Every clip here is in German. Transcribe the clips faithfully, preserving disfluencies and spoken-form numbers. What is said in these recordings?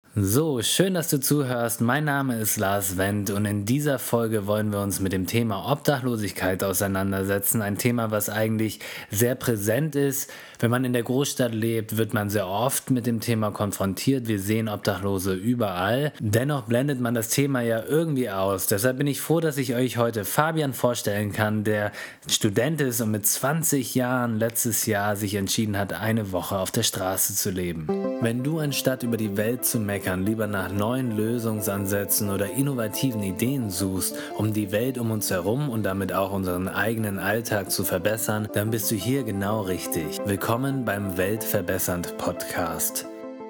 So, schön, dass du zuhörst. Mein Name ist Lars Wendt und in dieser Folge wollen wir uns mit dem Thema Obdachlosigkeit auseinandersetzen. Ein Thema, was eigentlich sehr präsent ist. Wenn man in der Großstadt lebt, wird man sehr oft mit dem Thema konfrontiert. Wir sehen Obdachlose überall. Dennoch blendet man das Thema ja irgendwie aus. Deshalb bin ich froh, dass ich euch heute Fabian vorstellen kann, der Student ist und mit zwanzig Jahren letztes Jahr sich entschieden hat, eine Woche auf der Straße zu leben. Wenn du anstatt über die Welt zu meckern, lieber nach neuen Lösungsansätzen oder innovativen Ideen suchst, um die Welt um uns herum und damit auch unseren eigenen Alltag zu verbessern, dann bist du hier genau richtig. Willkommen beim Weltverbessernd Podcast.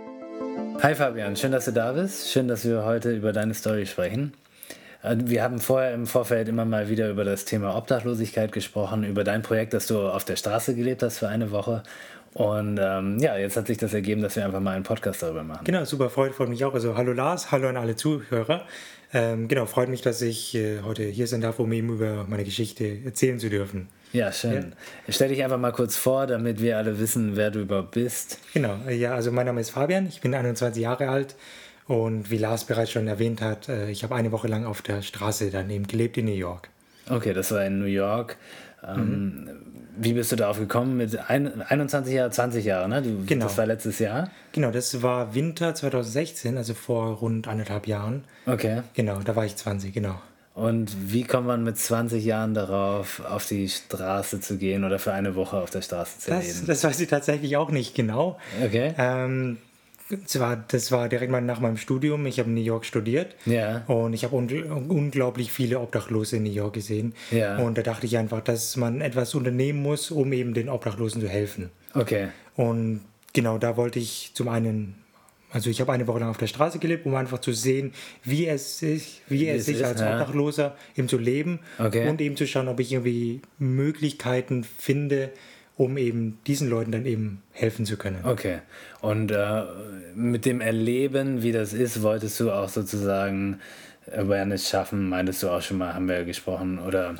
Hi Fabian, schön, dass du da bist. Schön, dass wir heute über deine Story sprechen. Wir haben vorher im Vorfeld immer mal wieder über das Thema Obdachlosigkeit gesprochen, über dein Projekt, dass du auf der Straße gelebt hast für eine Woche. Und ähm, ja, jetzt hat sich das ergeben, dass wir einfach mal einen Podcast darüber machen. Genau, super, freut, freut mich auch. Also hallo Lars, hallo an alle Zuhörer. Ähm, genau, freut mich, dass ich äh, heute hier sein darf, um eben über meine Geschichte erzählen zu dürfen. Ja, schön. Ja. Stell dich einfach mal kurz vor, damit wir alle wissen, wer du überhaupt bist. Genau, ja, also mein Name ist Fabian, ich bin einundzwanzig Jahre alt und wie Lars bereits schon erwähnt hat, äh, ich habe eine Woche lang auf der Straße dann eben gelebt in New York. Okay, das war in New York. Ähm, mhm. Wie bist du darauf gekommen? Mit ein, einundzwanzig Jahren, zwanzig Jahre, ne? Du, genau. Das war letztes Jahr? Genau, das war Winter zwanzig sechzehn, also vor rund anderthalb Jahren. Okay. Genau, da war ich zwanzig, genau. Und wie kommt man mit zwanzig Jahren darauf, auf die Straße zu gehen oder für eine Woche auf der Straße zu das, leben? Das weiß ich tatsächlich auch nicht genau. Okay. Ähm, Das war, das war direkt mal nach meinem Studium. Ich habe in New York studiert. Ja. Und ich habe un- unglaublich viele Obdachlose in New York gesehen. Ja. Und da dachte ich einfach, dass man etwas unternehmen muss, um eben den Obdachlosen zu helfen. Okay. Und genau, da wollte ich zum einen, also ich habe eine Woche lang auf der Straße gelebt, um einfach zu sehen, wie es sich, wie, wie es sich ist, als ja. Obdachloser eben zu leben. Okay. Und eben zu schauen, ob ich irgendwie Möglichkeiten finde, um eben diesen Leuten dann eben helfen zu können. Okay. Und äh, mit dem Erleben, wie das ist, wolltest du auch sozusagen Awareness schaffen, meintest du auch schon mal, haben wir ja gesprochen, oder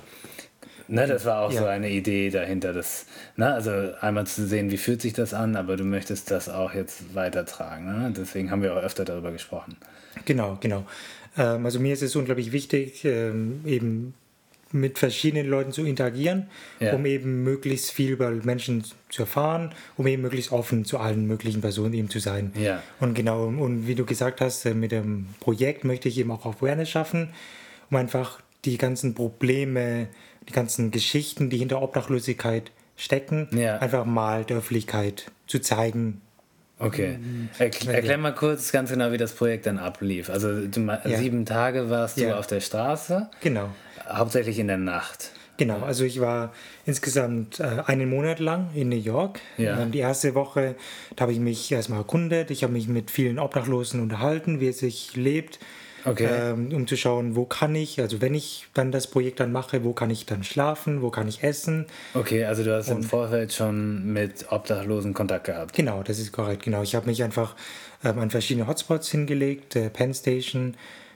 ne, das war auch ja. so eine Idee dahinter, das, ne, also einmal zu sehen, wie fühlt sich das an, aber du möchtest das auch jetzt weitertragen, ne? Deswegen haben wir auch öfter darüber gesprochen. Genau, genau. Ähm, also mir ist es unglaublich wichtig, ähm, eben mit verschiedenen Leuten zu interagieren, ja. um eben möglichst viel über Menschen zu erfahren, um eben möglichst offen zu allen möglichen Personen eben zu sein. Ja. Und genau, und wie du gesagt hast, mit dem Projekt möchte ich eben auch Awareness schaffen, um einfach die ganzen Probleme, die ganzen Geschichten, die hinter Obdachlosigkeit stecken, ja. einfach mal der Öffentlichkeit zu zeigen. Okay. Erkl- erklär mal kurz ganz genau, wie das Projekt dann ablief. Also du, ja. sieben Tage warst du ja. auf der Straße. Genau. Hauptsächlich in der Nacht. Genau, also ich war insgesamt äh, einen Monat lang in New York. Ja. Ähm, die erste Woche, da habe ich mich erstmal erkundet. Ich habe mich mit vielen Obdachlosen unterhalten, wie es sich lebt. Okay. Ähm, um zu schauen, wo kann ich, also wenn ich dann das Projekt dann mache, wo kann ich dann schlafen, wo kann ich essen. Okay, also du hast Und, im Vorfeld schon mit Obdachlosen Kontakt gehabt. Genau, das ist korrekt, genau. Ich habe mich einfach ähm, an verschiedene Hotspots hingelegt, äh, Penn Station,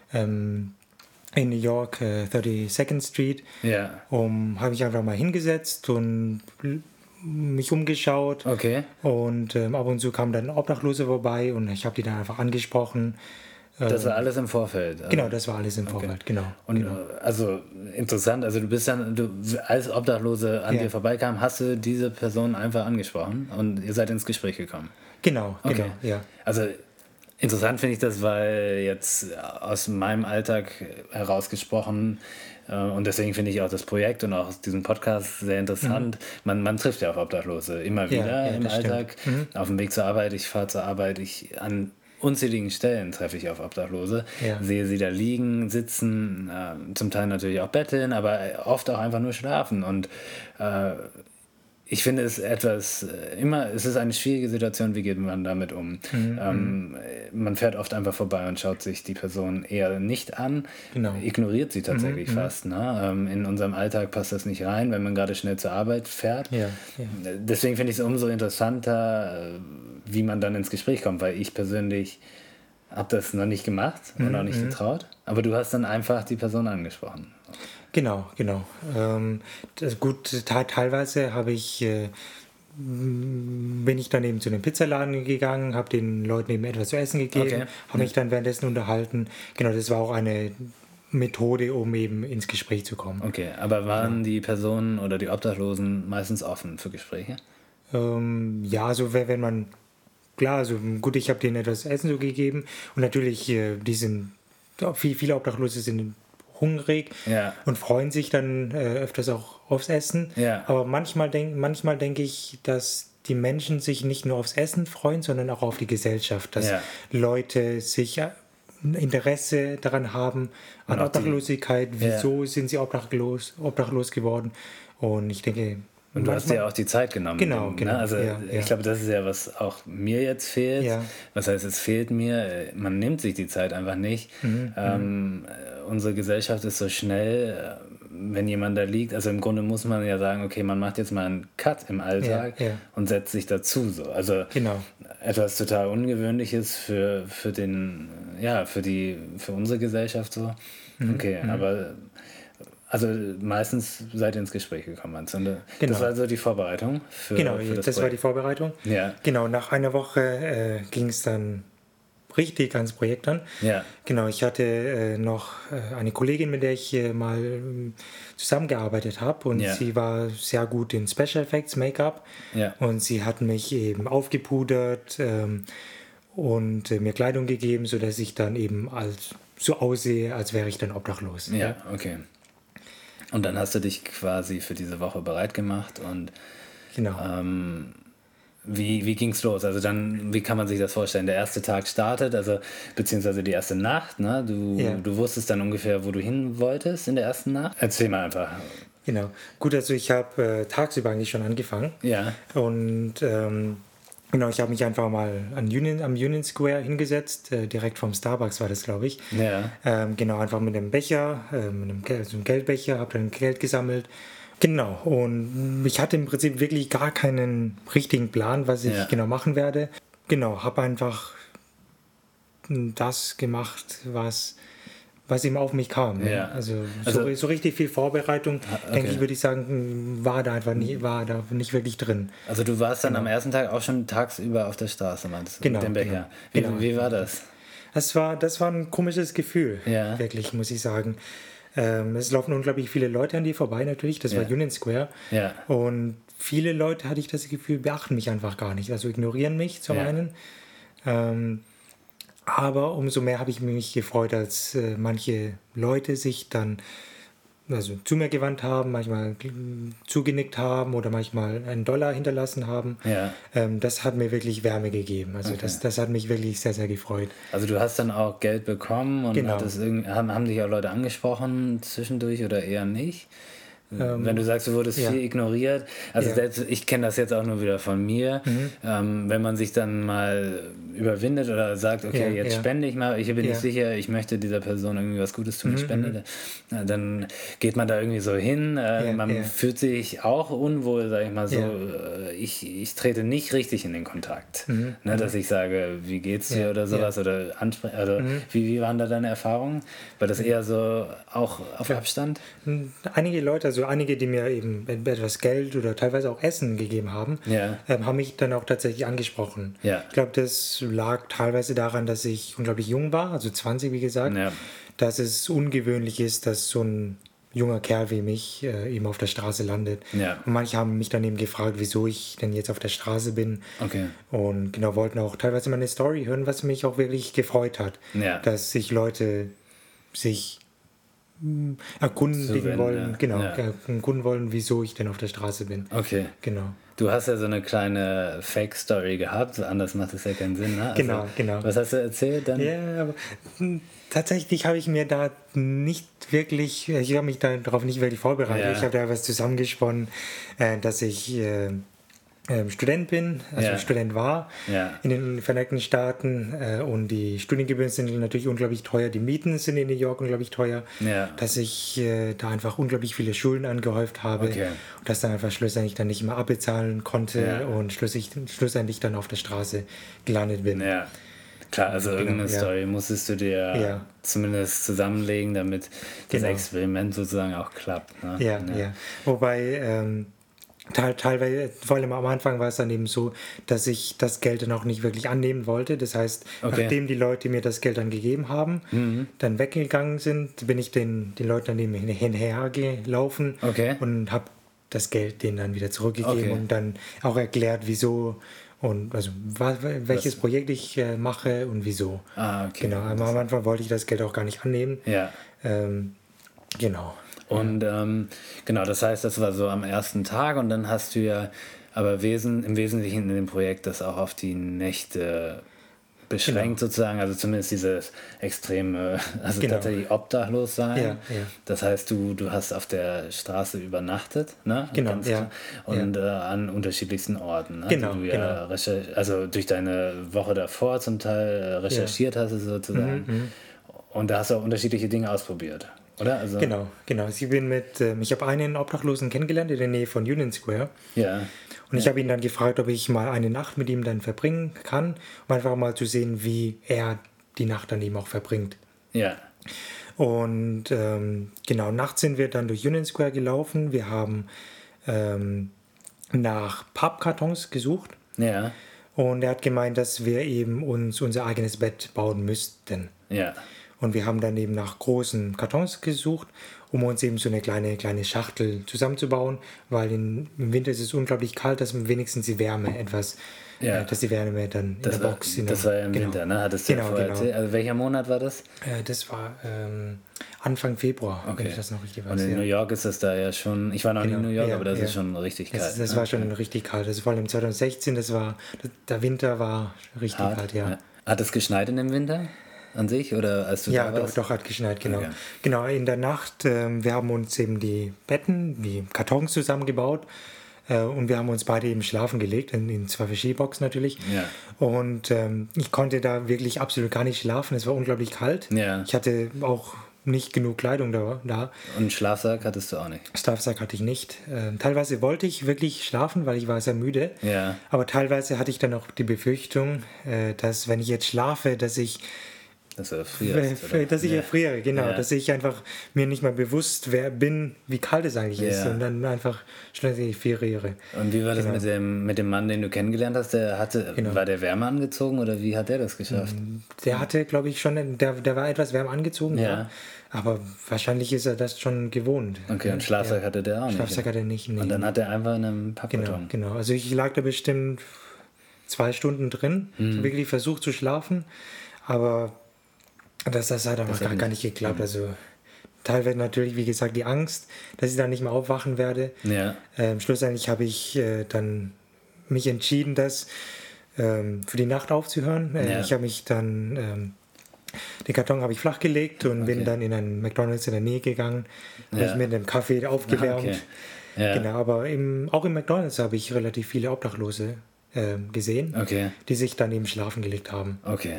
ähm, in New York, äh, thirty-second Street. Ja. Um, habe ich einfach mal hingesetzt und mich umgeschaut. Okay. Und ähm, ab und zu kamen dann Obdachlose vorbei und ich habe die dann einfach angesprochen. Das war alles im Vorfeld? Also, genau, das war alles im Vorfeld, okay. genau. Und genau. also interessant, also du bist dann, du, als Obdachlose an ja. dir vorbeikam, hast du diese Person einfach angesprochen und ihr seid ins Gespräch gekommen? Genau, okay. genau, ja. Also interessant finde ich das, weil jetzt aus meinem Alltag herausgesprochen äh, und deswegen finde ich auch das Projekt und auch diesen Podcast sehr interessant. Mhm. Man, man trifft ja auf Obdachlose immer wieder ja, ja, im Alltag, mhm. auf dem Weg zur Arbeit, ich fahre zur Arbeit, ich an unzähligen Stellen treffe ich auf Obdachlose, ja. sehe sie da liegen, sitzen, äh, zum Teil natürlich auch betteln, aber oft auch einfach nur schlafen und äh, ich finde es etwas, immer, es ist eine schwierige Situation, wie geht man damit um? Mhm. Ähm, man fährt oft einfach vorbei und schaut sich die Person eher nicht an, genau. ignoriert sie tatsächlich mhm. fast. Ne? Ähm, in unserem Alltag passt das nicht rein, wenn man gerade schnell zur Arbeit fährt. Ja, ja. Deswegen finde ich es umso interessanter, wie man dann ins Gespräch kommt, weil ich persönlich habe das noch nicht gemacht und mhm. auch nicht getraut, aber du hast dann einfach die Person angesprochen. Genau, genau. Ähm, das, gut, te- teilweise habe ich äh, bin ich dann eben zu einem Pizzaladen gegangen, habe den Leuten eben etwas zu essen gegeben, okay. habe mich dann währenddessen unterhalten. Genau, das war auch eine Methode, um eben ins Gespräch zu kommen. Okay, aber waren ja. die Personen oder die Obdachlosen meistens offen für Gespräche? Ähm, ja, also wenn man, klar, also gut, ich habe denen etwas Essen so gegeben und natürlich, äh, die sind, viele, viele Obdachlose sind hungrig ja. und freuen sich dann äh, öfters auch aufs Essen. Ja. Aber manchmal denke manchmal denk ich, dass die Menschen sich nicht nur aufs Essen freuen, sondern auch auf die Gesellschaft. Dass ja. Leute sich Interesse daran haben, an Obdachlosigkeit. Die, Wieso ja. sind sie obdachlos, obdachlos geworden? Und ich denke... Und du hast dir auch die Zeit genommen. Genau, dem, genau. Ne? Also ja, ich ja. glaube, das ist ja, was auch mir jetzt fehlt. Ja. Was heißt, es fehlt mir? Man nimmt sich die Zeit einfach nicht. Mhm, ähm, unsere Gesellschaft ist so schnell, wenn jemand da liegt. Also im Grunde muss man ja sagen, okay, man macht jetzt mal einen Cut im Alltag ja, ja. und setzt sich dazu. So. Also genau. etwas total Ungewöhnliches für, für den, ja, für die, für unsere Gesellschaft so. Okay, mhm. aber also meistens seid ihr ins Gespräch gekommen. Also genau. Das war also die Vorbereitung für, genau, für das das Projekt. war die Vorbereitung. Ja. Genau, nach einer Woche äh, ging es dann richtig ans Projekt an. Ja. Genau, ich hatte äh, noch äh, eine Kollegin, mit der ich äh, mal äh, zusammengearbeitet habe und ja. sie war sehr gut in Special Effects, Make-up ja. und sie hat mich eben aufgepudert ähm, und äh, mir Kleidung gegeben, sodass ich dann eben als, so aussehe, als wäre ich dann obdachlos. Ja, ja, okay. Und dann hast du dich quasi für diese Woche bereit gemacht und genau. ähm, wie, wie ging es los? Also dann, wie kann man sich das vorstellen? Der erste Tag startet, also beziehungsweise die erste Nacht, ne? Du, ja. du wusstest dann ungefähr, wo du hin wolltest in der ersten Nacht? Erzähl mal einfach. Genau. Gut, also ich habe äh, tagsüber eigentlich schon angefangen. Ja. Und ähm, genau, ich habe mich einfach mal an Union, am Union Square hingesetzt, äh, direkt vom Starbucks war das, glaube ich. Ja. Ähm, genau, einfach mit einem Becher, äh, mit einem, Geld, so einem Geldbecher, habe dann Geld gesammelt. Genau, und ich hatte im Prinzip wirklich gar keinen richtigen Plan, was ich ja. genau machen werde. Genau, habe einfach das gemacht, was, was eben auf mich kam. Ja. Also, also so, so richtig viel Vorbereitung, okay. denke ich, würde ich sagen, war da einfach nie, war da nicht wirklich drin. Also du warst dann genau. am ersten Tag auch schon tagsüber auf der Straße, meinst du? Genau, mit dem Becher. Genau. Wie, genau. wie war das? Das war, das war ein komisches Gefühl, ja. wirklich, muss ich sagen. Ähm, es laufen unglaublich viele Leute an dir vorbei natürlich, das ja. war Union Square. Ja. Und viele Leute, hatte ich das Gefühl, beachten mich einfach gar nicht, also ignorieren mich zum ja. einen. Ähm, aber umso mehr habe ich mich gefreut, als äh, manche Leute sich dann also zu mir gewandt haben, manchmal zugenickt haben oder manchmal einen Dollar hinterlassen haben. Ja. Ähm, das hat mir wirklich Wärme gegeben. Also okay. das, das hat mich wirklich sehr, sehr gefreut. Also du hast dann auch Geld bekommen und genau. hattest irgend, haben, haben dich auch Leute angesprochen zwischendurch oder eher nicht? Ähm, wenn du sagst, du wurdest ja. viel ignoriert. Also ja. selbst, ich kenne das jetzt auch nur wieder von mir. Mhm. Ähm, wenn man sich dann mal überwindet oder sagt, okay, ja, jetzt ja. spende ich mal, ich bin ja. nicht sicher, ich möchte dieser Person irgendwie was Gutes tun, ich mhm. spende, dann geht man da irgendwie so hin. Äh, ja, man ja. fühlt sich auch unwohl, sag ich mal so. Ja. Ich, ich trete nicht richtig in den Kontakt. Mhm. Ne, dass ich sage, wie geht's dir ja. oder sowas ja. oder anspreche. Also, mhm. wie, wie waren da deine Erfahrungen? War das eher so auch auf ja. Abstand? Einige Leute, also einige, die mir eben etwas Geld oder teilweise auch Essen gegeben haben, ja. ähm, haben mich dann auch tatsächlich angesprochen. Ja. Ich glaube, das lag teilweise daran, dass ich unglaublich jung war, also zwanzig, wie gesagt, ja. dass es ungewöhnlich ist, dass so ein junger Kerl wie mich äh, eben auf der Straße landet. Ja. Und manche haben mich dann eben gefragt, wieso ich denn jetzt auf der Straße bin. Okay. Und genau, wollten auch teilweise meine Story hören, was mich auch wirklich gefreut hat. Ja. Dass sich Leute sich erkundigen Zuwenden, wollen, ja. genau, ja. erkunden wollen, wieso ich denn auf der Straße bin. Okay. Genau. Du hast ja so eine kleine Fake-Story gehabt, anders macht es ja keinen Sinn, ne? Also, genau, genau. Was hast du erzählt dann? Ja, aber mh, tatsächlich habe ich mir da nicht wirklich, ich habe mich da darauf nicht wirklich vorbereitet. Ja. Ich habe da was zusammengesponnen, äh, dass ich äh, äh, Student bin, also ja. Student war ja. in den Vereinigten Staaten äh, und die Studiengebühren sind natürlich unglaublich teuer, die Mieten sind in New York unglaublich teuer, ja. dass ich äh, da einfach unglaublich viele Schulden angehäuft habe okay. und das dann einfach schlussendlich dann nicht mehr abbezahlen konnte ja. und schlussendlich, schlussendlich dann auf der Straße gelandet bin. Ja. Klar, also genau, irgendeine ja. Story musstest du dir ja. zumindest zusammenlegen, damit das genau. Experiment sozusagen auch klappt. Ne? Ja, ja, ja. Wobei, ähm, Teil, teilweise, vor allem am Anfang war es dann eben so, dass ich das Geld dann auch nicht wirklich annehmen wollte. Das heißt, okay. nachdem die Leute mir das Geld dann gegeben haben, mhm. dann weggegangen sind, bin ich den, den Leuten dann eben hinterher gelaufen okay. und habe das Geld denen dann wieder zurückgegeben okay. und dann auch erklärt, wieso und also was, welches Was? Projekt ich äh, mache und wieso. Ah, okay. Genau, am Anfang wollte ich das Geld auch gar nicht annehmen. Ja. Ähm, genau. Und ähm, genau, das heißt, das war so am ersten Tag und dann hast du ja aber wesen, im Wesentlichen in dem Projekt das auch auf die Nächte beschränkt genau. sozusagen, also zumindest dieses extreme, also genau. tatsächlich obdachlos sein. Ja, ja. Das heißt, du, du hast auf der Straße übernachtet, ne? Genau, Ganz ja. Und ja. Äh, an unterschiedlichsten Orten. Ne? Genau, die du genau. ja recher- also durch deine Woche davor zum Teil äh, recherchiert ja. hast sozusagen. Mhm, und da hast du auch unterschiedliche Dinge ausprobiert. Oder? Also genau, genau. Ich bin mit, ähm, ich habe einen Obdachlosen kennengelernt in der Nähe von Union Square. Ja. Und ich ja. habe ihn dann gefragt, ob ich mal eine Nacht mit ihm dann verbringen kann, um einfach mal zu sehen, wie er die Nacht dann eben auch verbringt. Ja. Und ähm, genau, nachts sind wir dann durch Union Square gelaufen. Wir haben ähm, nach Pappkartons gesucht. Ja. Und er hat gemeint, dass wir eben uns unser eigenes Bett bauen müssten. Ja. Und wir haben dann eben nach großen Kartons gesucht, um uns eben so eine kleine, kleine Schachtel zusammenzubauen, weil in, im Winter ist es unglaublich kalt, dass wenigstens die Wärme etwas, ja. äh, dass die Wärme dann in das der war, Box... In das der, war ja im genau. Winter, ne? Hattest du genau, ja vorher genau. erzählt. Also welcher Monat war das? Äh, das war ähm, Anfang Februar, okay. wenn ich das noch richtig weiß. Und in ja. New York ist das da ja schon, ich war noch genau. nie in New York, ja, aber das ja. ist schon richtig kalt. Das, das ne? war schon ja. richtig kalt. Das war vor allem zwanzig sechzehn, das war, der Winter war richtig Hart, kalt, ja. ja. Hat es geschneit in dem Winter? An sich oder als du ja, da doch, warst? doch, hat geschneit, genau. Okay. Genau, in der Nacht, äh, wir haben uns eben die Betten, die Kartons zusammengebaut äh, und wir haben uns beide eben schlafen gelegt, in, in zwei verschiedene Boxen natürlich. Ja. Und ähm, ich konnte da wirklich absolut gar nicht schlafen, es war unglaublich kalt. Ja. Ich hatte auch nicht genug Kleidung da. da. Und Schlafsack hattest du auch nicht? Schlafsack hatte ich nicht. Ähm, teilweise wollte ich wirklich schlafen, weil ich war sehr müde. Ja. Aber teilweise hatte ich dann auch die Befürchtung, äh, dass wenn ich jetzt schlafe, dass ich Dass du erfrierst, äh, dass ich ja. erfriere, genau. Ja. Dass ich einfach mir nicht mal bewusst wer bin, wie kalt es eigentlich ja. ist und dann einfach schnell friere. Und wie war das genau. mit dem, mit dem Mann, den du kennengelernt hast? Der hatte, genau. War der wärmer angezogen oder wie hat der das geschafft? Der hatte, glaube ich, schon, der, der war etwas wärmer angezogen, ja. ja. Aber wahrscheinlich ist er das schon gewohnt. Okay, und Schlafsack ja. hatte der auch nicht? Schlafsack hatte er nicht. Nee. Und dann hat er einfach in einem Pappkarton. Genau, genau. Also ich lag da bestimmt zwei Stunden drin, mhm. wirklich versucht zu schlafen, aber das, das hat einfach gar, gar nicht geklappt. Mhm. Also teilweise natürlich, wie gesagt, die Angst, dass ich dann nicht mehr aufwachen werde. Ja. Ähm, schlussendlich habe ich äh, dann mich entschieden, das ähm, für die Nacht aufzuhören. Äh, ja. Ich habe mich dann... Ähm, Den Karton habe ich flachgelegt und okay. bin dann in einen McDonald's in der Nähe gegangen. Ja. Habe ich mit einem Kaffee aufgewärmt. Okay. Ja. Genau, aber im, auch im McDonald's habe ich relativ viele Obdachlose äh, gesehen, okay. die sich dann eben schlafen gelegt haben. Okay.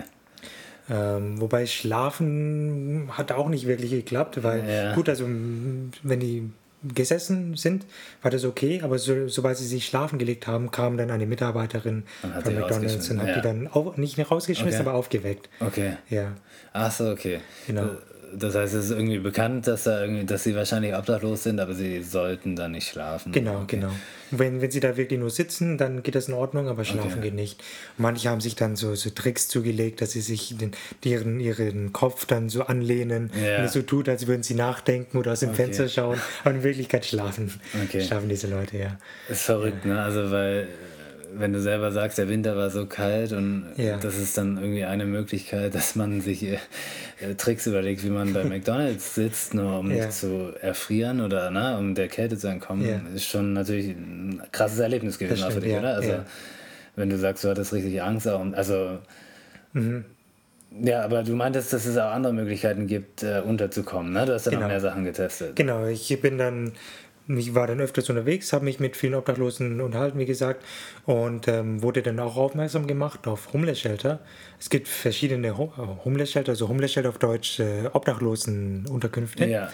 Ähm, wobei Schlafen hat auch nicht wirklich geklappt, weil ja. gut, also wenn die gesessen sind, war das okay, aber so, sobald sie sich schlafen gelegt haben, kam dann eine Mitarbeiterin von McDonald's und hat ja. die dann auch, nicht rausgeschmissen, okay. aber aufgeweckt. Okay. Ja. Ach so, okay. Genau. Das heißt, es ist irgendwie bekannt, dass, da irgendwie, dass sie wahrscheinlich obdachlos sind, aber sie sollten da nicht schlafen. Genau, okay. genau. Wenn, wenn sie da wirklich nur sitzen, dann geht das in Ordnung, aber schlafen okay. geht nicht. Manche haben sich dann so, so Tricks zugelegt, dass sie sich den, ihren, ihren Kopf dann so anlehnen ja. und es so tut, als würden sie nachdenken oder aus dem okay. Fenster schauen, aber in Wirklichkeit schlafen. Okay. Schlafen diese Leute, ja. Ist verrückt, ja. ne? Also, weil... Wenn du selber sagst, der Winter war so kalt und ja. das ist dann irgendwie eine Möglichkeit, dass man sich äh, Tricks überlegt, wie man bei McDonald's sitzt, nur um ja. nicht zu erfrieren oder ne, um der Kälte zu entkommen, ja. ist schon natürlich ein krasses Erlebnis gewesen auch für dich, ja. oder? Also ja. wenn du sagst, du hattest richtig Angst, auch, also mhm. ja, aber du meintest, dass es auch andere Möglichkeiten gibt, äh, unterzukommen, ne? Du hast dann genau. noch mehr Sachen getestet. Genau, ich bin dann Ich war dann öfters unterwegs, habe mich mit vielen Obdachlosen unterhalten, wie gesagt, und ähm, wurde dann auch aufmerksam gemacht auf Homeless Shelter. Es gibt verschiedene Homeless Shelter, also Homeless Shelter auf Deutsch, äh, Obdachlosenunterkünfte. Ja.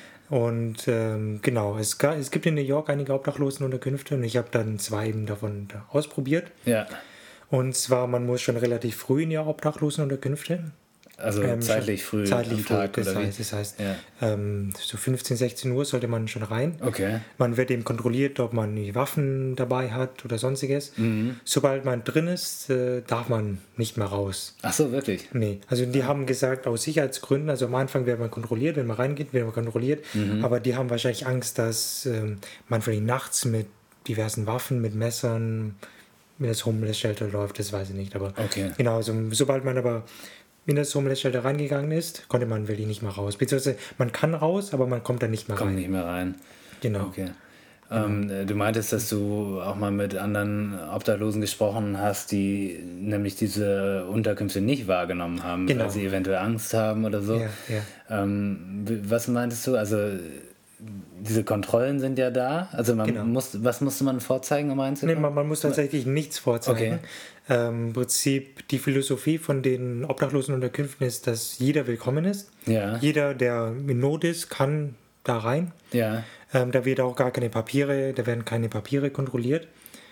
Und ähm, genau, es, ga, es gibt in New York einige Obdachlosenunterkünfte und ich habe dann zwei eben davon ausprobiert. Ja. Und zwar, man muss schon relativ früh in die Obdachlosenunterkünfte. Also ähm, zeitlich früh zeitlich am Tag früh, das oder heißt, wie? Das heißt, ja. ähm, so fünfzehn, sechzehn Uhr sollte man schon rein. Okay. Man wird eben kontrolliert, ob man die Waffen dabei hat oder sonstiges. Mhm. Sobald man drin ist, äh, darf man nicht mehr raus. Ach so, wirklich? Nee, also die haben gesagt, aus Sicherheitsgründen, also am Anfang wird man kontrolliert, wenn man reingeht, wird man kontrolliert. Mhm. Aber die haben wahrscheinlich Angst, dass ähm, man vielleicht nachts mit diversen Waffen, mit Messern, wenn das Homeless Shelter läuft, das weiß ich nicht. Aber okay. Genau, also, sobald man aber in das Homeless Shelter reingegangen ist, konnte man wirklich nicht mehr raus. Beziehungsweise man kann raus, aber man kommt da nicht mehr kommt rein. Kommt nicht mehr rein. Genau. Okay. Genau. Ähm, du meintest, dass du auch mal mit anderen Obdachlosen gesprochen hast, die nämlich diese Unterkünfte nicht wahrgenommen haben, genau. weil sie eventuell Angst haben oder so. Ja, ja. Ähm, was meintest du? Also diese Kontrollen sind ja da. Also man genau. muss, was musste man vorzeigen, um reinzukommen? Nee, man, man muss tatsächlich nichts vorzeigen. Okay. Ähm, Im Prinzip die Philosophie von den Obdachlosenunterkünften ist, dass jeder willkommen ist. Ja. Jeder, der in Not ist, kann da rein. Ja. Ähm, da wird auch gar keine Papiere, da werden keine Papiere kontrolliert.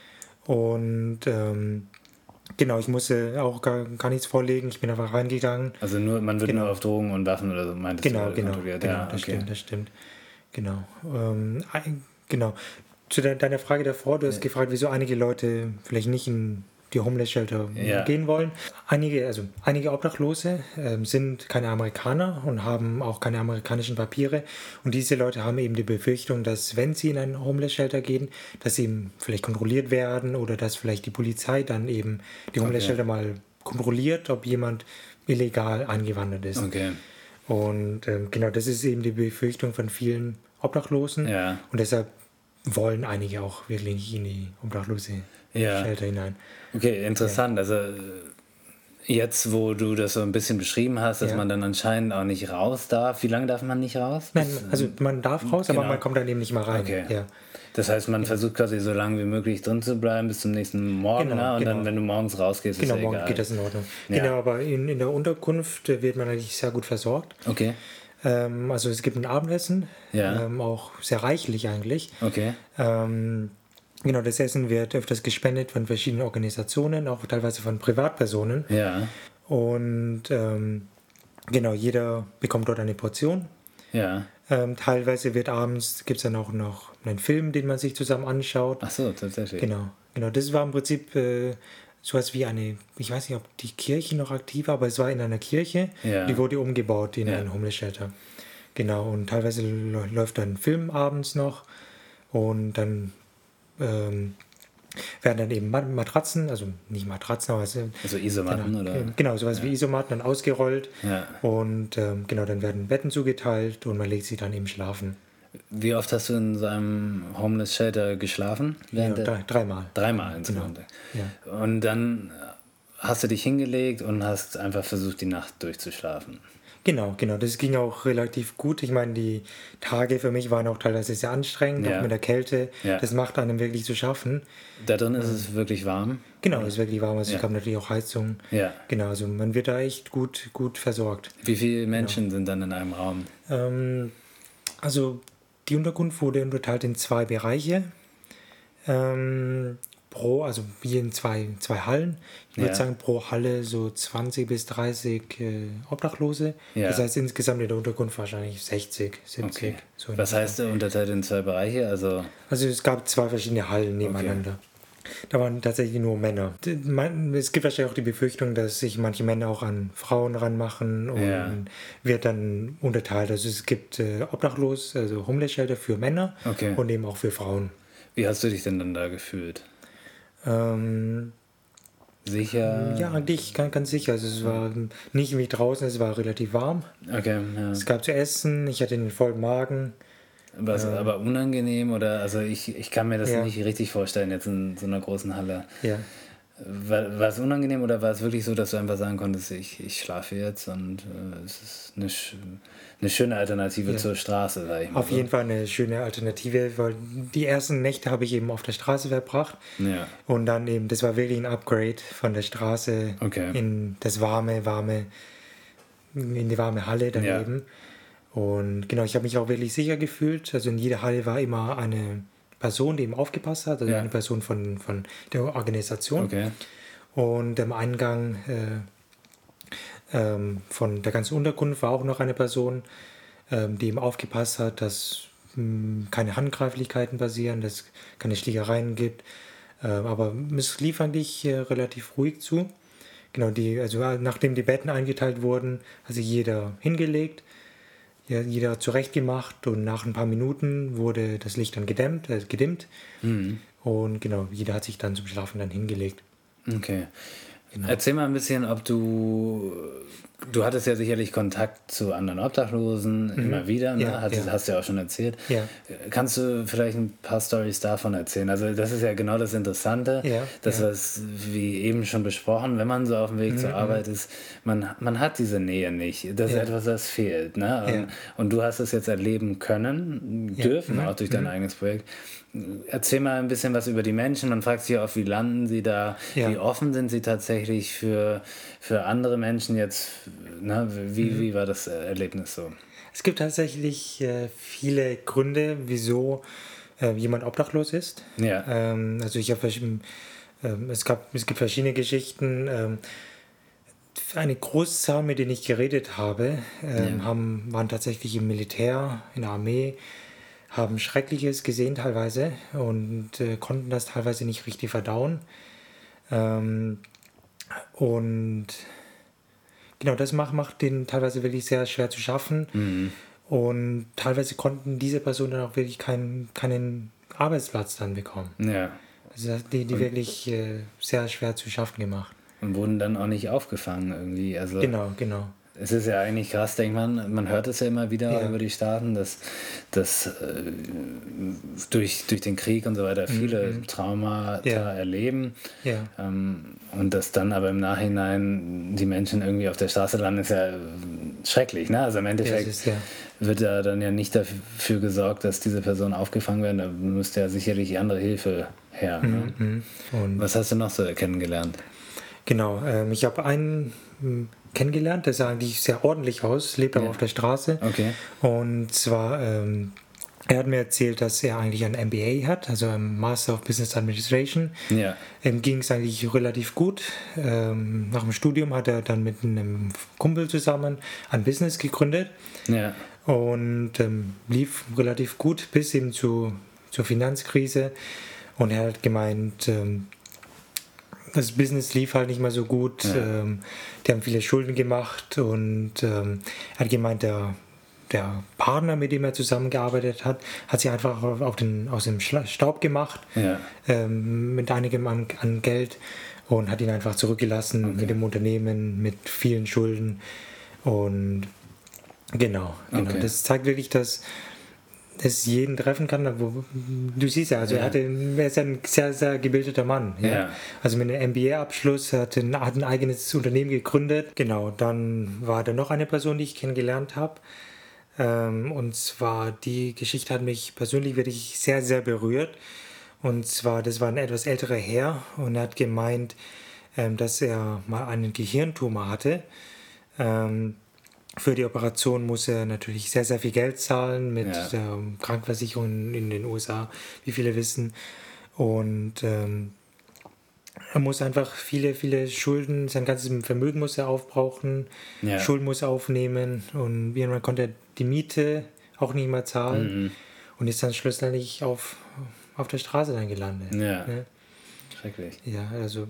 Und ähm, genau, ich musste auch gar, gar nichts vorlegen, ich bin einfach reingegangen. Also nur, man wird genau. nur auf Drogen und Waffen oder so, meintest genau, du? Genau, kontrolliert. genau, ja, das okay. stimmt, das stimmt. Genau. Ähm, genau. Zu de- deiner Frage davor, du hast ja. gefragt, wieso einige Leute vielleicht nicht in die Homeless Shelter ja. gehen wollen. Einige, also einige Obdachlose äh, sind keine Amerikaner und haben auch keine amerikanischen Papiere. Und diese Leute haben eben die Befürchtung, dass wenn sie in ein Homeless Shelter gehen, dass sie eben vielleicht kontrolliert werden oder dass vielleicht die Polizei dann eben die Homeless okay. Shelter mal kontrolliert, ob jemand illegal eingewandert ist. Okay. Und ähm, genau, das ist eben die Befürchtung von vielen Obdachlosen. Ja. Und deshalb wollen einige auch wirklich nicht in die obdachlose ja. Shelter hinein. Okay, interessant. Ja. Also jetzt, wo du das so ein bisschen beschrieben hast, dass ja. man dann anscheinend auch nicht raus darf. Wie lange darf man nicht raus? Nein, also man darf raus, genau. aber man kommt dann eben nicht mal rein. Okay. Ja. Das heißt, man ja. versucht quasi so lange wie möglich drin zu bleiben bis zum nächsten Morgen. Genau, ne? Und genau. dann, wenn du morgens rausgehst, genau, ist ja morgen egal. geht das in Ordnung. Ja. Genau, aber in, in der Unterkunft wird man eigentlich sehr gut versorgt. Okay. Ähm, also es gibt ein Abendessen, ja. ähm, auch sehr reichlich eigentlich. Okay. Ähm, Genau, das Essen wird öfters gespendet von verschiedenen Organisationen, auch teilweise von Privatpersonen. Ja. Und ähm, genau, jeder bekommt dort eine Portion. Ja. Ähm, teilweise wird abends, gibt es dann auch noch einen Film, den man sich zusammen anschaut. Ach so, tatsächlich. Genau, genau. Das war im Prinzip äh, sowas wie eine, ich weiß nicht, ob die Kirche noch aktiv war, aber es war in einer Kirche. Ja. Die wurde umgebaut in ja. einen Homeless Shelter. Genau, und teilweise läuft dann ein Film abends noch und dann Ähm, werden dann eben Matratzen, also nicht Matratzen, aber es, also Isomatten genau, oder? Genau, sowas ja. wie Isomatten dann ausgerollt ja. und ähm, genau, dann werden Betten zugeteilt und man legt sie dann eben schlafen. Wie oft hast du in so einem Homeless Shelter geschlafen? Ja, drei, dreimal. Dreimal insgesamt. Genau. Ja. Und dann hast du dich hingelegt und hast einfach versucht, die Nacht durchzuschlafen. Genau, genau. Das ging auch relativ gut. Ich meine, die Tage für mich waren auch teilweise sehr anstrengend, ja. auch mit der Kälte. Ja. Das macht einem wirklich zu schaffen. Da drin ist es wirklich warm? Genau, es ist wirklich warm. Also ja. es gab natürlich auch Heizung. Ja. Genau, also man wird da echt gut, gut versorgt. Wie viele Menschen genau. sind dann in einem Raum? Ähm, also die Unterkunft wurde unterteilt in zwei Bereiche. Ähm, pro, also wie in zwei, zwei Hallen. Ich würde ja. sagen, pro Halle so zwanzig bis dreißig äh, Obdachlose. Ja. Das heißt insgesamt in der Unterkunft wahrscheinlich sechzig, siebzig. Okay. So Was heißt unterteilt in zwei Bereiche? Also, also es gab zwei verschiedene Hallen nebeneinander. Okay. Da waren tatsächlich nur Männer. Es gibt wahrscheinlich auch die Befürchtung, dass sich manche Männer auch an Frauen ranmachen und ja. wird dann unterteilt. Also es gibt äh, Obdachlos, also Homeless Shelter für Männer okay. und eben auch für Frauen. Wie hast du dich denn dann da gefühlt? Ähm, sicher? Ja, eigentlich ganz, ganz sicher. Also es war nicht wie draußen, es war relativ warm. Okay, ja. Es gab zu essen, ich hatte einen vollen Magen. Was, ähm, aber unangenehm oder, also ich, ich kann mir das ja. nicht richtig vorstellen jetzt in so einer großen Halle. Ja. War, war es unangenehm oder war es wirklich so, dass du einfach sagen konntest, ich, ich schlafe jetzt und äh, es ist eine, eine schöne Alternative ja. zur Straße, sag ich mal. Auf jeden Fall eine schöne Alternative, weil die ersten Nächte habe ich eben auf der Straße verbracht. Ja. Und dann eben, das war wirklich ein Upgrade von der Straße okay. in das warme, warme, in die warme Halle daneben. Ja. Und genau, ich habe mich auch wirklich sicher gefühlt. Also in jeder Halle war immer eine Person, die eben aufgepasst hat, also ja. eine Person von, von der Organisation. Okay. Und am Eingang Ähm, von der ganzen Unterkunft war auch noch eine Person, ähm, die ihm aufgepasst hat, dass mh, keine Handgreiflichkeiten passieren, dass es keine Schlägereien gibt. Äh, aber es lief eigentlich äh, relativ ruhig zu. Genau, die, also äh, nachdem die Betten eingeteilt wurden, hat sich jeder hingelegt, ja, jeder zurechtgemacht und nach ein paar Minuten wurde das Licht dann gedämmt, äh, gedimmt. Mhm. Und genau, jeder hat sich dann zum Schlafen dann hingelegt. Okay. Genau. Erzähl mal ein bisschen, ob du, du hattest ja sicherlich Kontakt zu anderen Obdachlosen, mhm. immer wieder, ne? Ja, hast, ja. hast du ja auch schon erzählt. Ja. Kannst du vielleicht ein paar Storys davon erzählen? Also das ist ja genau das Interessante, ja, das ja. was, wie eben schon besprochen, wenn man so auf dem Weg mhm. zur Arbeit ist, man, man hat diese Nähe nicht. Das ja. ist etwas, das fehlt. Ne? Und, ja. und du hast es jetzt erleben können, dürfen, ja. auch durch dein mhm. eigenes Projekt. Erzähl mal ein bisschen was über die Menschen. Man fragt sich auch, wie landen sie da? Ja. Wie offen sind sie tatsächlich für, für andere Menschen jetzt? Ne? Wie, mhm. wie war das Erlebnis so? Es gibt tatsächlich äh, viele Gründe, wieso äh, jemand obdachlos ist. Ja. Ähm, also ich habe ähm, es gab es gibt verschiedene Geschichten. Ähm, eine Großzahl, mit denen ich geredet habe, ähm, ja. haben, waren tatsächlich im Militär, in der Armee, haben Schreckliches gesehen teilweise und äh, konnten das teilweise nicht richtig verdauen. Ähm, und genau, das macht, macht denen teilweise wirklich sehr schwer zu schaffen. Mhm. Und teilweise konnten diese Personen dann auch wirklich keinen, keinen Arbeitsplatz dann bekommen. Ja. Also die, die wirklich äh, sehr schwer zu schaffen gemacht. Und wurden dann auch nicht aufgefangen irgendwie. Also genau, genau. Es ist ja eigentlich krass, denkt man, man hört es ja immer wieder ja. über die Staaten, dass, dass äh, durch, durch den Krieg und so weiter viele mhm. Traumata ja. erleben ja. ähm, und dass dann aber im Nachhinein die Menschen irgendwie auf der Straße landen, ist ja schrecklich. Ne? Also im Endeffekt ist, ja. wird ja dann ja nicht dafür gesorgt, dass diese Personen aufgefangen werden, da müsste ja sicherlich andere Hilfe her. Ne? Mhm. Und was hast du noch so kennengelernt? Genau, ähm, ich habe einen m, kennengelernt, der sah eigentlich sehr ordentlich aus, lebt aber ja. auf der Straße. Okay. Und zwar, ähm, er hat mir erzählt, dass er eigentlich ein M B A hat, also ein Master of Business Administration. Ja. Ihm ging es eigentlich relativ gut. Ähm, nach dem Studium hat er dann mit einem Kumpel zusammen ein Business gegründet. Ja. Und ähm, lief relativ gut bis eben zu, zur Finanzkrise. Und er hat gemeint, ähm, das Business lief halt nicht mehr so gut. Ja. Ähm, die haben viele Schulden gemacht und ähm, er hat gemeint, der, der Partner, mit dem er zusammengearbeitet hat, hat sich einfach auf den, aus dem Staub gemacht ja. ähm, mit einigem an, an Geld und hat ihn einfach zurückgelassen okay. mit dem Unternehmen, mit vielen Schulden. Und genau, genau. Okay. Das zeigt wirklich, dass es jeden treffen kann, wo, du siehst ja, also ja. er, hatte, er ist ein sehr, sehr gebildeter Mann. Ja? Ja. Also mit einem M B A-Abschluss, hat ein, hat ein eigenes Unternehmen gegründet. Genau, dann war da noch eine Person, die ich kennengelernt habe. Ähm, und zwar, die Geschichte hat mich persönlich wirklich sehr, sehr berührt. Und zwar, das war ein etwas älterer Herr und er hat gemeint, ähm, dass er mal einen Gehirntumor hatte. Ähm, Für die Operation muss er natürlich sehr, sehr viel Geld zahlen mit ja. der Krankenversicherung in den U S A, wie viele wissen. Und ähm, er muss einfach viele, viele Schulden, sein ganzes Vermögen muss er aufbrauchen, ja. Schulden muss er aufnehmen und irgendwann konnte er die Miete auch nicht mehr zahlen mhm. und ist dann schlussendlich auf, auf der Straße dann gelandet. Ja, ne? Schrecklich. Ja, also...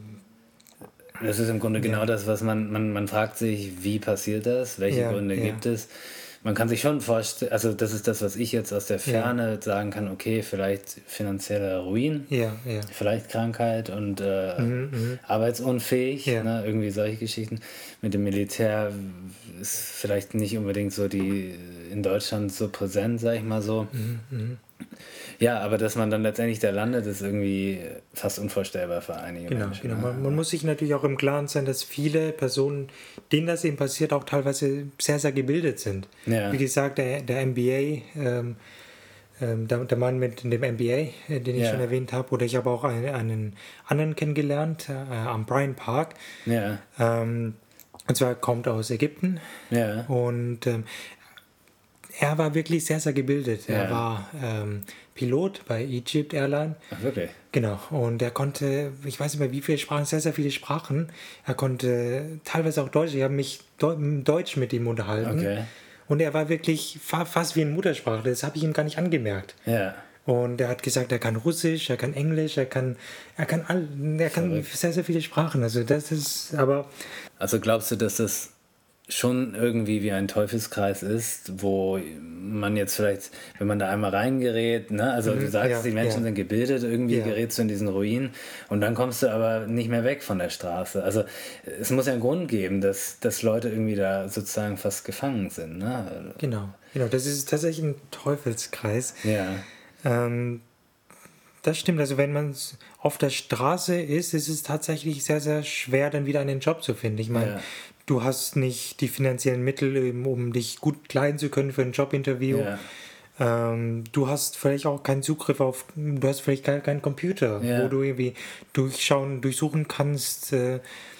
Das ist im Grunde genau ja. das, was man, man, man fragt sich, wie passiert das, welche ja, Gründe ja. gibt es. Man kann sich schon vorstellen, also das ist das, was ich jetzt aus der Ferne ja. sagen kann, okay, vielleicht finanzieller Ruin, ja, ja. vielleicht Krankheit und äh, mhm, arbeitsunfähig, ja. ne, irgendwie solche Geschichten. Mit dem Militär ist vielleicht nicht unbedingt so die in Deutschland so präsent, sag ich mal so. Mhm, ja, aber dass man dann letztendlich da landet, ist irgendwie fast unvorstellbar für einige genau, Menschen. Genau, man, man muss sich natürlich auch im Klaren sein, dass viele Personen, denen das eben passiert, auch teilweise sehr, sehr gebildet sind. Ja. Wie gesagt, der, der M B A, ähm, ähm, der, der Mann mit dem M B A, äh, den ich ja. schon erwähnt habe, oder ich habe auch einen, einen anderen kennengelernt, äh, am Bryant Park. Ja. Ähm, und zwar kommt aus Ägypten. Ja. Und ähm, er war wirklich sehr, sehr gebildet. Ja. Er war ähm, Pilot bei Egypt Airline. Ach, wirklich? Genau. Und er konnte, ich weiß nicht mehr wie viele Sprachen, sehr, sehr viele Sprachen. Er konnte teilweise auch Deutsch. Ich habe mich Deu- Deutsch mit ihm unterhalten. Okay. Und er war wirklich fa- fast wie ein Muttersprachler. Das habe ich ihm gar nicht angemerkt. Ja. Und er hat gesagt, er kann Russisch, er kann Englisch, er kann, er kann, all, er kann Verrückt. sehr, sehr viele Sprachen. Also das ist, aber Also glaubst du, dass das schon irgendwie wie ein Teufelskreis ist, wo man jetzt vielleicht, wenn man da einmal reingerät, ne, also du sagst, ja, die Menschen ja. sind gebildet, irgendwie Ja. gerätst du in diesen Ruinen und dann kommst du aber nicht mehr weg von der Straße. Also es muss ja einen Grund geben, dass, dass Leute irgendwie da sozusagen fast gefangen sind. Ne? genau, genau, das ist tatsächlich ein Teufelskreis. Ja, Ähm, das stimmt, also wenn man auf der Straße ist, ist es tatsächlich sehr, sehr schwer, dann wieder einen Job zu finden. Ich meine, Ja. du hast nicht die finanziellen Mittel, eben, um dich gut kleiden zu können für ein Jobinterview. ja, Ähm, du hast vielleicht auch keinen Zugriff auf, du hast vielleicht gar keinen Computer, Ja. wo du irgendwie durchschauen, durchsuchen kannst, äh,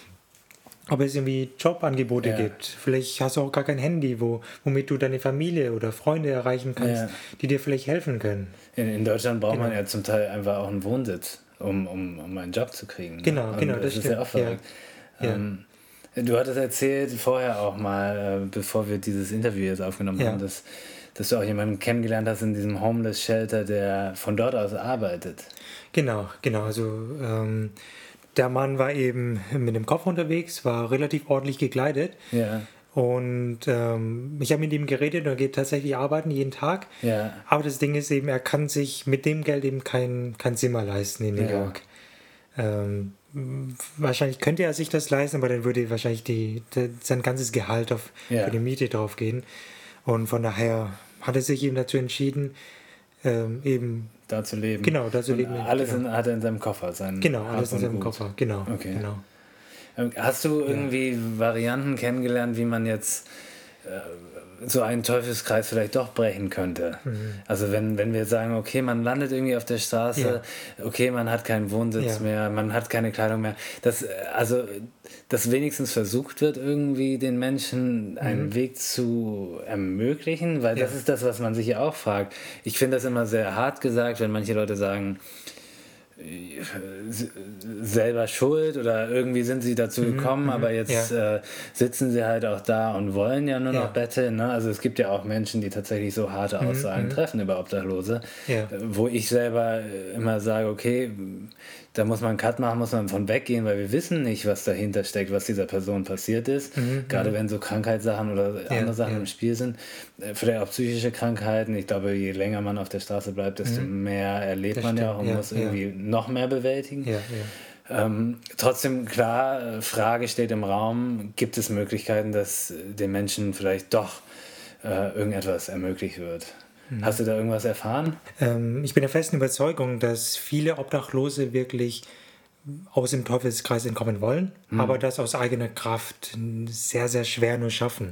ob es irgendwie Jobangebote Ja. gibt. Vielleicht hast du auch gar kein Handy, wo, womit du deine Familie oder Freunde erreichen kannst, Ja. die dir vielleicht helfen können. in, in Deutschland braucht man Genau. ja zum Teil einfach auch einen Wohnsitz, um, um, um einen Job zu kriegen. ne? Genau, Und genau, das, das ist ja auch stimmt, ja. verrückt. Ja. Ähm, du hattest erzählt vorher auch mal, äh, bevor wir dieses Interview jetzt aufgenommen Ja. haben, dass, dass du auch jemanden kennengelernt hast in diesem Homeless Shelter, der von dort aus arbeitet. Genau, genau. Also ähm, der Mann war eben mit dem Koffer unterwegs, war relativ ordentlich gekleidet. Ja, Und ähm, ich habe mit ihm geredet und er geht tatsächlich arbeiten jeden Tag. ja, Aber das Ding ist eben, er kann sich mit dem Geld eben kein, kein Zimmer leisten in New Ja. York. Ähm, wahrscheinlich könnte er sich das leisten, aber dann würde wahrscheinlich die, de, sein ganzes Gehalt auf, Ja. für die Miete drauf gehen. Und von daher hat er sich eben dazu entschieden, ähm, eben, da zu leben. genau, da zu Und leben. Alles genau. in, hat er in seinem Koffer. Sein Genau, Hab alles in und seinem Gut. Koffer. Genau, Okay. genau. Ähm, Hast du irgendwie Varianten kennengelernt, wie man jetzt äh, so einen Teufelskreis vielleicht doch brechen könnte? Mhm. Also wenn, wenn wir sagen, okay, man landet irgendwie auf der Straße, okay, man hat keinen Wohnsitz Ja. mehr, man hat keine Kleidung mehr, dass, äh, also, dass wenigstens versucht wird, irgendwie den Menschen einen Weg zu ermöglichen, weil das Ja. ist das, was man sich ja auch fragt. Ich finde das immer sehr hart gesagt, wenn manche Leute sagen, selber schuld oder irgendwie sind sie dazu gekommen, aber jetzt ja. äh, sitzen sie halt auch da und wollen ja nur noch Ja. betteln. Ne? Also es gibt ja auch Menschen, die tatsächlich so harte Aussagen treffen über Obdachlose, Ja. äh, wo ich selber äh, immer sage, okay, da muss man einen Cut machen, muss man von weggehen, weil wir wissen nicht, was dahinter steckt, was dieser Person passiert ist. Gerade wenn so Krankheitssachen oder andere Sachen ja. im Spiel sind. Äh, Vielleicht auch psychische Krankheiten. Ich glaube, je länger man auf der Straße bleibt, desto mehr erlebt Das man ja stimmt, auch und ja, muss ja. irgendwie noch mehr bewältigen. Ja, ja. Ähm, trotzdem, klar, äh, Frage steht im Raum, gibt es Möglichkeiten, dass äh, den Menschen vielleicht doch äh, irgendetwas ermöglicht wird? Hast du da irgendwas erfahren? Ähm, ich bin der festen Überzeugung, dass viele Obdachlose wirklich aus dem Teufelskreis entkommen wollen, aber das aus eigener Kraft sehr, sehr schwer nur schaffen.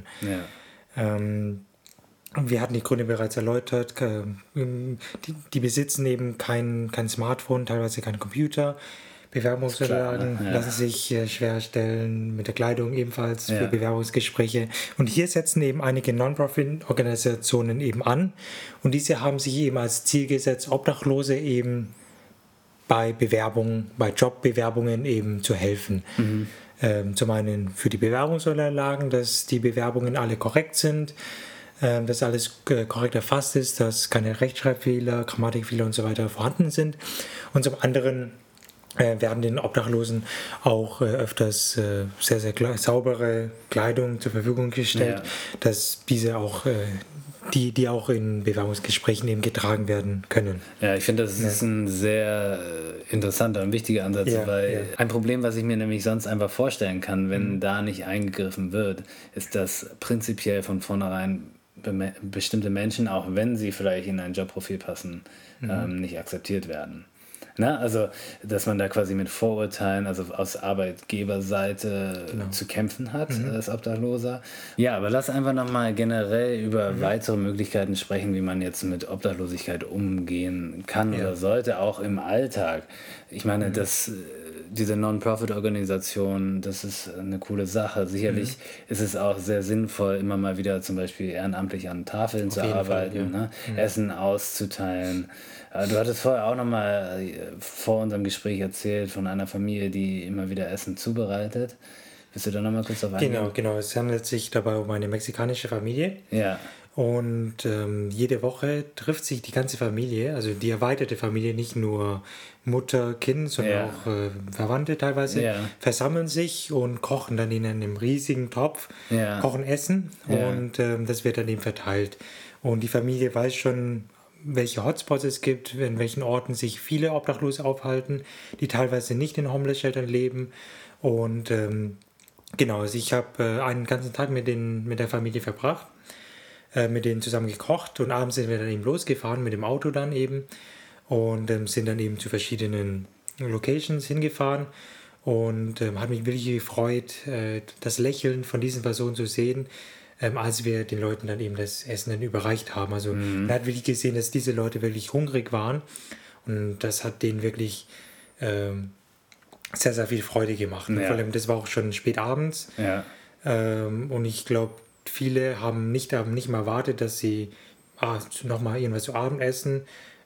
Ja. Ähm, wir hatten die Gründe bereits erläutert. Ähm, Die, die besitzen eben kein, kein Smartphone, teilweise kein Computer. Bewerbungsunterlagen Ist klar, ja. lassen sich äh, schwer erstellen, mit der Kleidung ebenfalls Ja. für Bewerbungsgespräche. Und hier setzen eben einige Non-Profit-Organisationen eben an. Und diese haben sich eben als Ziel gesetzt, Obdachlose eben bei Bewerbungen, bei Jobbewerbungen eben zu helfen. Mhm. Ähm, zum einen für die Bewerbungsunterlagen, dass die Bewerbungen alle korrekt sind, ähm, dass alles äh, korrekt erfasst ist, dass keine Rechtschreibfehler, Grammatikfehler und so weiter vorhanden sind. Und zum anderen äh, werden den Obdachlosen auch äh, öfters äh, sehr, sehr kle- saubere Kleidung zur Verfügung gestellt, Ja. dass diese auch, äh, die, die auch in Bewerbungsgesprächen eben getragen werden können. Ja, ich finde, das ist ein sehr äh, interessanter und wichtiger Ansatz, Ja, weil ja. ein Problem, was ich mir nämlich sonst einfach vorstellen kann, wenn da nicht eingegriffen wird, ist, dass prinzipiell von vornherein beme- bestimmte Menschen, auch wenn sie vielleicht in ein Jobprofil passen, ähm, nicht akzeptiert werden. Na, also, dass man da quasi mit Vorurteilen, also aus Arbeitgeberseite zu kämpfen hat, als Obdachloser. Ja, aber lass einfach nochmal generell über weitere Möglichkeiten sprechen, wie man jetzt mit Obdachlosigkeit umgehen kann Ja. oder sollte, auch im Alltag. Ich meine, das, diese Non-Profit-Organisation, das ist eine coole Sache. Sicherlich mhm. ist es auch sehr sinnvoll, immer mal wieder zum Beispiel ehrenamtlich an Tafeln Auf zu arbeiten, Fall, ja. ne? mhm. Essen auszuteilen. Du hattest vorher auch nochmal vor unserem Gespräch erzählt von einer Familie, die immer wieder Essen zubereitet. Willst du da nochmal kurz auf eingehen? Genau, genau. Es handelt sich dabei um eine mexikanische Familie. Ja. Und ähm, jede Woche trifft sich die ganze Familie, also die erweiterte Familie, nicht nur Mutter, Kind, sondern ja. auch äh, Verwandte teilweise, ja. versammeln sich und kochen dann in einem riesigen Topf, ja. kochen Essen ja. und ähm, das wird dann eben verteilt. Und die Familie weiß schon, welche Hotspots es gibt, in welchen Orten sich viele Obdachlose aufhalten, die teilweise nicht in Homeless-Sheltern leben. Und ähm, genau, also ich habe äh, einen ganzen Tag mit, den, mit der Familie verbracht, äh, mit denen zusammen gekocht und abends sind wir dann eben losgefahren mit dem Auto dann eben und ähm, sind dann eben zu verschiedenen Locations hingefahren und ähm, hat mich wirklich gefreut, äh, das Lächeln von diesen Personen zu sehen, ähm, als wir den Leuten dann eben das Essen dann überreicht haben. Also mhm. man hat wirklich gesehen, dass diese Leute wirklich hungrig waren und das hat denen wirklich ähm, sehr, sehr viel Freude gemacht. Ja. Vor allem, das war auch schon spät abends ja. ähm, und ich glaube, viele haben nicht, haben nicht mal erwartet, dass sie ah, nochmal irgendwas zu Abend essen.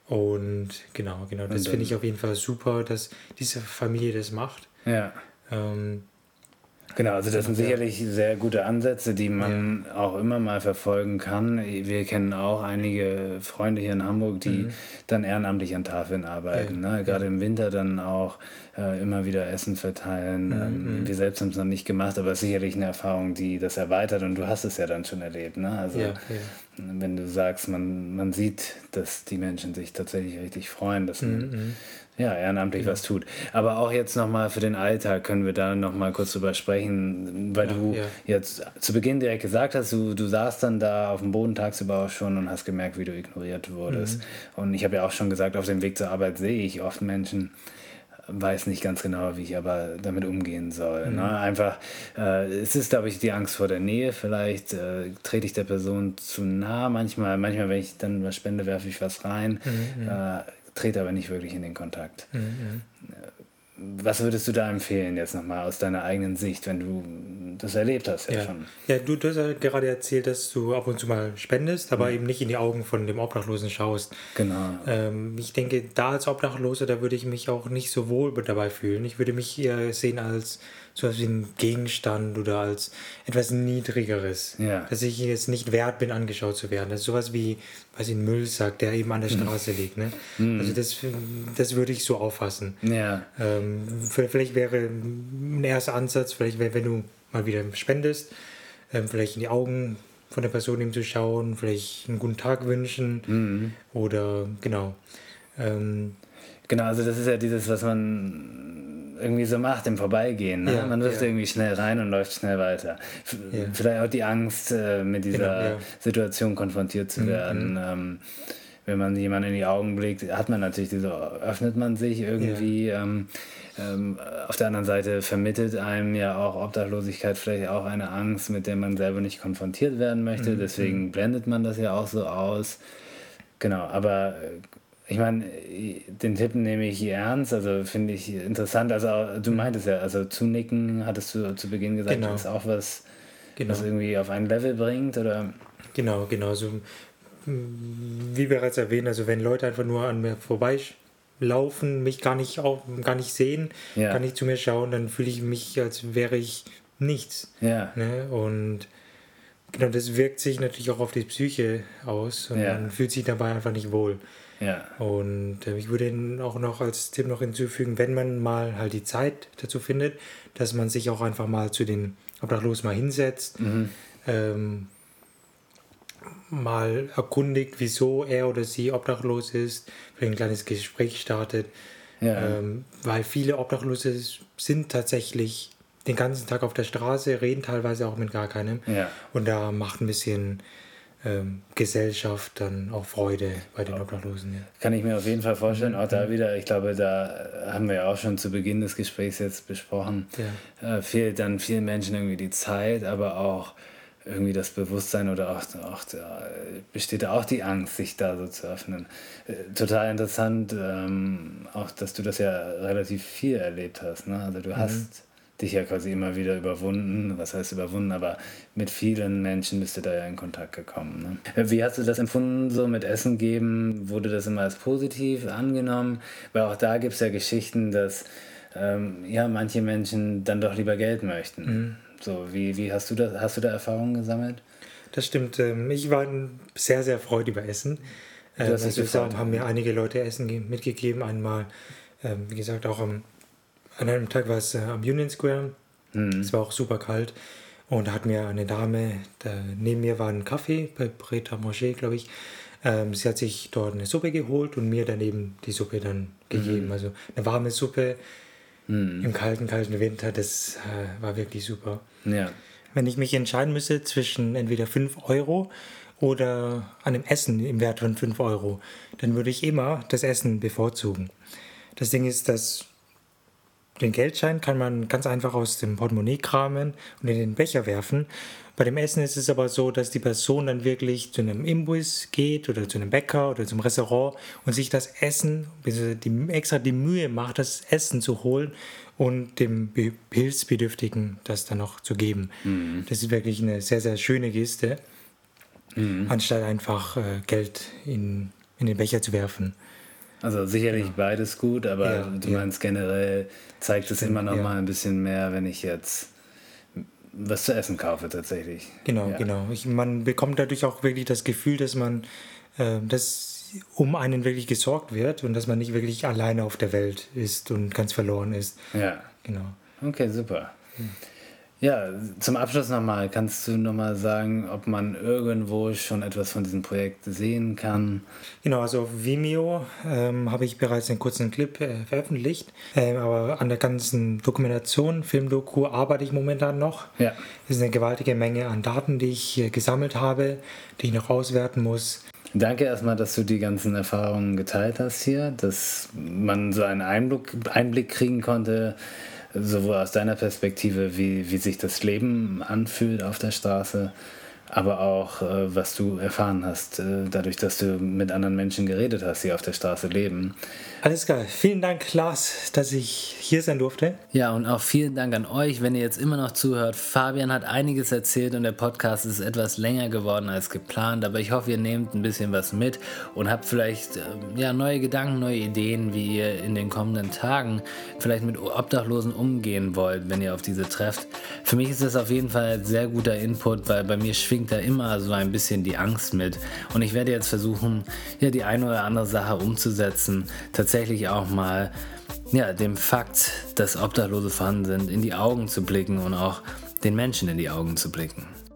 Und genau, genau, das finde ich auf jeden Fall super, dass diese Familie das macht. Ja. Ähm, Genau, also das sind sicherlich sehr gute Ansätze, die man ja. auch immer mal verfolgen kann. Wir kennen auch einige Freunde hier in Hamburg, die mhm. dann ehrenamtlich an Tafeln arbeiten. Ja. Ne? Gerade ja. im Winter dann auch äh, immer wieder Essen verteilen. Mhm. Ähm, wir selbst haben es noch nicht gemacht, aber es ist sicherlich eine Erfahrung, die das erweitert und du hast es ja dann schon erlebt. Ne? Also ja, ja. wenn du sagst, man, man sieht, dass die Menschen sich tatsächlich richtig freuen, dass man Mhm. ja, ehrenamtlich ja. was tut. Aber auch jetzt nochmal für den Alltag können wir da nochmal kurz drüber sprechen, weil ja, du ja. jetzt zu Beginn direkt gesagt hast, du, du saßt dann da auf dem Boden tagsüber auch schon und hast gemerkt, wie du ignoriert wurdest. Mhm. Und ich habe ja auch schon gesagt, auf dem Weg zur Arbeit sehe ich oft Menschen, weiß nicht ganz genau, wie ich aber damit umgehen soll. Mhm. Ne? Einfach, äh, es ist, glaube ich, die Angst vor der Nähe. Vielleicht äh, trete ich der Person zu nah. Manchmal, manchmal, wenn ich dann was spende, werfe ich was rein. Mhm. Äh, trete aber nicht wirklich in den Kontakt. Mhm. Was würdest du da empfehlen jetzt nochmal aus deiner eigenen Sicht, wenn du das erlebt hast ja, ja. schon? Ja, du, du hast ja gerade erzählt, dass du ab und zu mal spendest, aber mhm. eben nicht in die Augen von dem Obdachlosen schaust. Genau. Ähm, ich denke, da als Obdachloser, da würde ich mich auch nicht so wohl dabei fühlen. Ich würde mich eher sehen als so etwas wie ein Gegenstand oder als etwas Niedrigeres. Ja. Dass ich jetzt nicht wert bin, angeschaut zu werden. Das ist sowas wie, weiß ich, ein Müllsack, der eben an der Straße liegt. Ne? Mhm. Also das, das würde ich so auffassen. Ja. Ähm, vielleicht wäre ein erster Ansatz, vielleicht wäre, wenn du mal wieder spendest, ähm, vielleicht in die Augen von der Person ihm zu schauen, vielleicht einen guten Tag wünschen mhm. oder genau. Ähm, genau, also das ist ja dieses, was man irgendwie so macht im Vorbeigehen. Ne? Ja, man wirft ja. irgendwie schnell rein und läuft schnell weiter. F- Ja. Vielleicht auch die Angst, äh, mit dieser Genau, ja. Situation konfrontiert zu Mhm, werden. Ähm, wenn man jemand in die Augen blickt, hat man natürlich diese, öffnet man sich irgendwie. Ja. Ähm, ähm, auf der anderen Seite vermittelt einem ja auch Obdachlosigkeit vielleicht auch eine Angst, mit der man selber nicht konfrontiert werden möchte. Mhm. Deswegen blendet man das ja auch so aus. Genau, aber ich meine, den Tipp nehme ich ernst, also finde ich interessant. Also du meintest ja, also zunicken, hattest du zu Beginn gesagt, Genau. ist auch was, Genau. was irgendwie auf ein Level bringt, oder? Genau, genau. So, wie bereits erwähnt, also wenn Leute einfach nur an mir vorbeilaufen, mich gar nicht, auch, gar nicht sehen, Ja. gar nicht zu mir schauen, dann fühle ich mich, als wäre ich nichts. Ja. Ne? Und genau, das wirkt sich natürlich auch auf die Psyche aus und Ja. man fühlt sich dabei einfach nicht wohl. Ja. Und äh, ich würde auch noch als Tipp noch hinzufügen, wenn man mal halt die Zeit dazu findet, dass man sich auch einfach mal zu den Obdachlosen mal hinsetzt, Mhm. ähm, mal erkundigt, wieso er oder sie obdachlos ist, vielleicht ein kleines Gespräch startet, Ja. ähm, weil viele Obdachlose sind tatsächlich den ganzen Tag auf der Straße, reden teilweise auch mit gar keinem Ja. und da macht ein bisschen ähm, Gesellschaft dann auch Freude bei den Obdachlosen. Ja. Kann ich mir auf jeden Fall vorstellen. Auch da wieder, ich glaube, da haben wir ja auch schon zu Beginn des Gesprächs jetzt besprochen, Ja. äh, fehlt dann vielen Menschen irgendwie die Zeit, aber auch irgendwie das Bewusstsein oder auch, auch da besteht auch die Angst, sich da so zu öffnen. Äh, total interessant, ähm, auch dass du das ja relativ viel erlebt hast. Ne? Also du mhm. hast dich ja quasi immer wieder überwunden, was heißt überwunden, aber mit vielen Menschen bist du da ja in Kontakt gekommen. Ne? Wie hast du das empfunden, so mit Essen geben? Wurde das immer als positiv angenommen? Weil auch da gibt es ja Geschichten, dass ähm, ja, manche Menschen dann doch lieber Geld möchten. Mhm. So, wie, wie hast du das, hast du da Erfahrungen gesammelt? Das stimmt. Ich war sehr, sehr freudig über Essen. Ähm, also sagen, haben mir einige Leute Essen mitgegeben. Einmal, ähm, wie gesagt, auch am An einem Tag war es äh, am Union Square. Mhm. Es war auch super kalt. Und da hat mir eine Dame, da neben mir war ein Kaffee bei Pret à Manger, glaube ich. Ähm, sie hat sich dort eine Suppe geholt und mir daneben die Suppe dann gegeben. Mhm. Also eine warme Suppe mhm. im kalten, kalten Winter, das äh, war wirklich super. Ja. Wenn ich mich entscheiden müsste zwischen entweder fünf Euro oder einem Essen im Wert von fünf Euro, dann würde ich immer das Essen bevorzugen. Das Ding ist, dass den Geldschein kann man ganz einfach aus dem Portemonnaie kramen und in den Becher werfen. Bei dem Essen ist es aber so, dass die Person dann wirklich zu einem Imbiss geht oder zu einem Bäcker oder zum Restaurant und sich das Essen, die, extra die Mühe macht, das Essen zu holen und dem Hilfsbedürftigen das dann noch zu geben. Mhm. Das ist wirklich eine sehr, sehr schöne Geste, mhm. anstatt einfach äh, Geld in, in den Becher zu werfen. Also sicherlich ja. beides gut, aber ja, du meinst ja. generell zeigt es immer noch ja. mal ein bisschen mehr, wenn ich jetzt was zu essen kaufe tatsächlich. Genau, ja. genau. Ich, man bekommt dadurch auch wirklich das Gefühl, dass man, äh, dass um einen wirklich gesorgt wird und dass man nicht wirklich alleine auf der Welt ist und ganz verloren ist. Ja. Genau. Okay, super. Ja. Ja, zum Abschluss nochmal, kannst du nochmal sagen, ob man irgendwo schon etwas von diesem Projekt sehen kann? Genau, also auf Vimeo ähm, habe ich bereits einen kurzen Clip äh, veröffentlicht, ähm, aber an der ganzen Dokumentation, Filmdoku arbeite ich momentan noch. Ja. Es ist eine gewaltige Menge an Daten, die ich äh, gesammelt habe, die ich noch auswerten muss. Danke erstmal, dass du die ganzen Erfahrungen geteilt hast hier, dass man so einen Einblick, Einblick kriegen konnte, sowohl aus deiner Perspektive, wie, wie sich das Leben anfühlt auf der Straße, aber auch, äh, was du erfahren hast, äh, dadurch, dass du mit anderen Menschen geredet hast, die auf der Straße leben. Alles klar. Vielen Dank, Lars, dass ich hier sein durfte. Ja, und auch vielen Dank an euch, wenn ihr jetzt immer noch zuhört. Fabian hat einiges erzählt und der Podcast ist etwas länger geworden als geplant, aber ich hoffe, ihr nehmt ein bisschen was mit und habt vielleicht äh, ja, neue Gedanken, neue Ideen, wie ihr in den kommenden Tagen vielleicht mit Obdachlosen umgehen wollt, wenn ihr auf diese trefft. Für mich ist das auf jeden Fall ein sehr guter Input, weil bei mir schwingt da immer so ein bisschen die Angst mit. Und ich werde jetzt versuchen, ja, die eine oder andere Sache umzusetzen, tatsächlich auch mal ja, dem Fakt, dass Obdachlose vorhanden sind, in die Augen zu blicken und auch den Menschen in die Augen zu blicken.